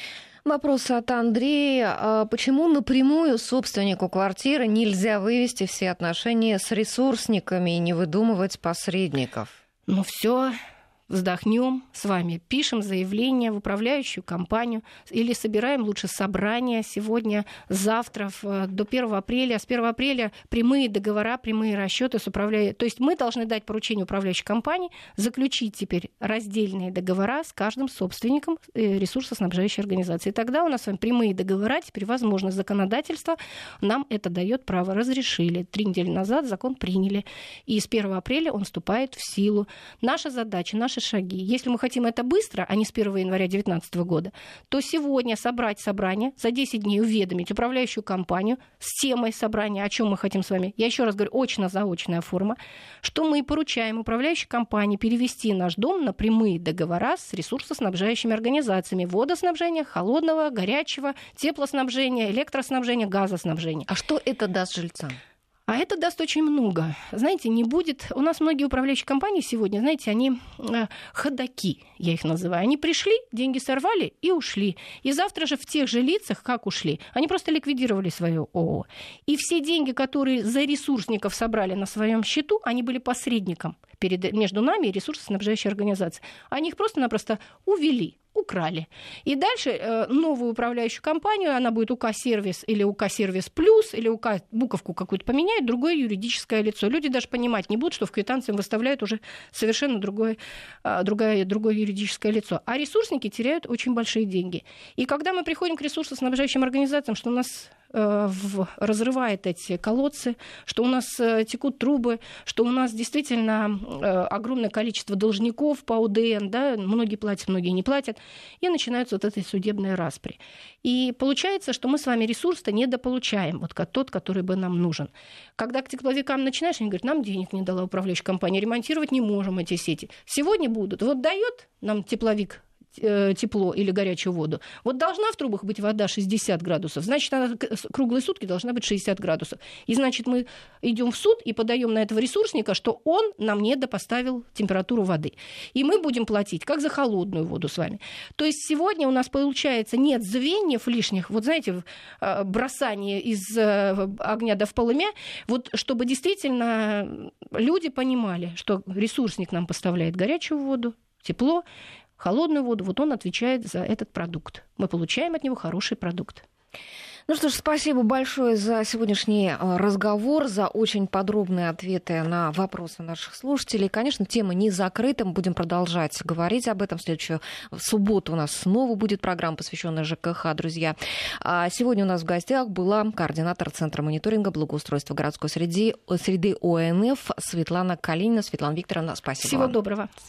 Вопрос от Андрея. Почему напрямую собственнику квартиры нельзя вывести все отношения с ресурсниками и не выдумывать посредников? Ну все... Вздохнем с вами, пишем заявление в управляющую компанию или собираем лучше собрание сегодня, завтра, до первого апреля. С первого апреля прямые договора, прямые расчеты с управляющей. То есть мы должны дать поручение управляющей компании заключить теперь раздельные договора с каждым собственником ресурсоснабжающей организации. И тогда у нас с вами прямые договора, теперь возможно законодательство нам это дает право. Разрешили. Три недели назад закон приняли. И с первого апреля он вступает в силу. Наша задача, наша шаги. Если мы хотим это быстро, а не с первого января две тысячи девятнадцатого года, то сегодня собрать собрание, за десять дней уведомить управляющую компанию с темой собрания, о чем мы хотим с вами. Я еще раз говорю, очно-заочная форма, что мы поручаем управляющей компании перевести наш дом на прямые договора с ресурсоснабжающими организациями водоснабжения, холодного, горячего, теплоснабжения, электроснабжения, газоснабжения. А что это даст жильцам? А это даст очень много. Знаете, не будет... У нас многие управляющие компании сегодня, знаете, они э, ходаки, я их называю. Они пришли, деньги сорвали и ушли. И завтра же в тех же лицах, как ушли, они просто ликвидировали свое ООО. И все деньги, которые за ресурсников собрали на своем счету, они были посредником перед, между нами и ресурсоснабжающей организацией. Они их просто-напросто увели. Украли. И дальше э, новую управляющую компанию, она будет УК-сервис или УК-сервис плюс, или УК буковку какую-то поменяет, другое юридическое лицо. Люди даже понимать не будут, что в квитанции выставляют уже совершенно другое, э, другое, другое юридическое лицо. А ресурсники теряют очень большие деньги. И когда мы приходим к ресурсоснабжающим организациям, что у нас в, разрывает эти колодцы, что у нас текут трубы, что у нас действительно огромное количество должников по ОДН, да, многие платят, многие не платят, и начинаются вот эти судебные распри. И получается, что мы с вами ресурс-то недополучаем, вот как тот, который бы нам нужен. Когда к тепловикам начинаешь, они говорят, нам денег не дала управляющая компания, ремонтировать не можем эти сети. Сегодня будут. Вот дает нам тепловик тепло или горячую воду. Вот должна в трубах быть вода шестьдесят градусов, значит, она круглые сутки должна быть шестьдесят градусов. И значит, мы идем в суд и подаем на этого ресурсника, что он нам не допоставил температуру воды. И мы будем платить, как за холодную воду с вами. То есть сегодня у нас, получается, нет звеньев лишних, вот знаете, бросание из огня до в полымя, вот чтобы действительно люди понимали, что ресурсник нам поставляет горячую воду, тепло, холодную воду, вот он отвечает за этот продукт. Мы получаем от него хороший продукт. Ну что ж, спасибо большое за сегодняшний разговор, за очень подробные ответы на вопросы наших слушателей. Конечно, тема не закрыта, мы будем продолжать говорить об этом. В следующую субботу у нас снова будет программа, посвященная ЖКХ, друзья. А сегодня у нас в гостях была координатор Центра мониторинга благоустройства городской среды, среды ОНФ Светлана Калинина. Светлана Викторовна, спасибо. Всего вам. Доброго.